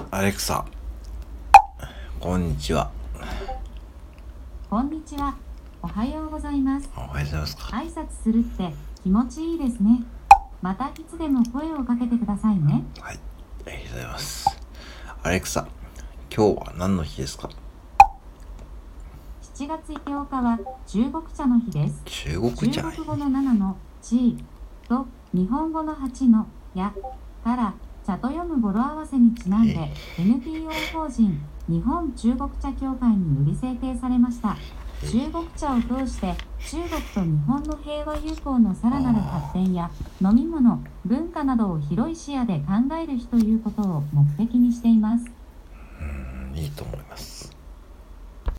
アレクサ、こんにちは。 こんにちは。おはようございます。 おはようございますか。 挨拶するって気持ちいいですね。またいつでも声をかけてくださいね。 はい、ありがとうございます。アレクサ、今日は何の日ですか ？7月8日は中国茶の日です。 中国茶。 中国語の7のちと日本語の8のやから茶と読む語呂合わせにちなんで NPO 法人日本中国茶協会により制定されました。中国茶を通して中国と日本の平和友好のさらなる発展や飲み物、文化などを広い視野で考える日ということを目的にしています。 いいと思います。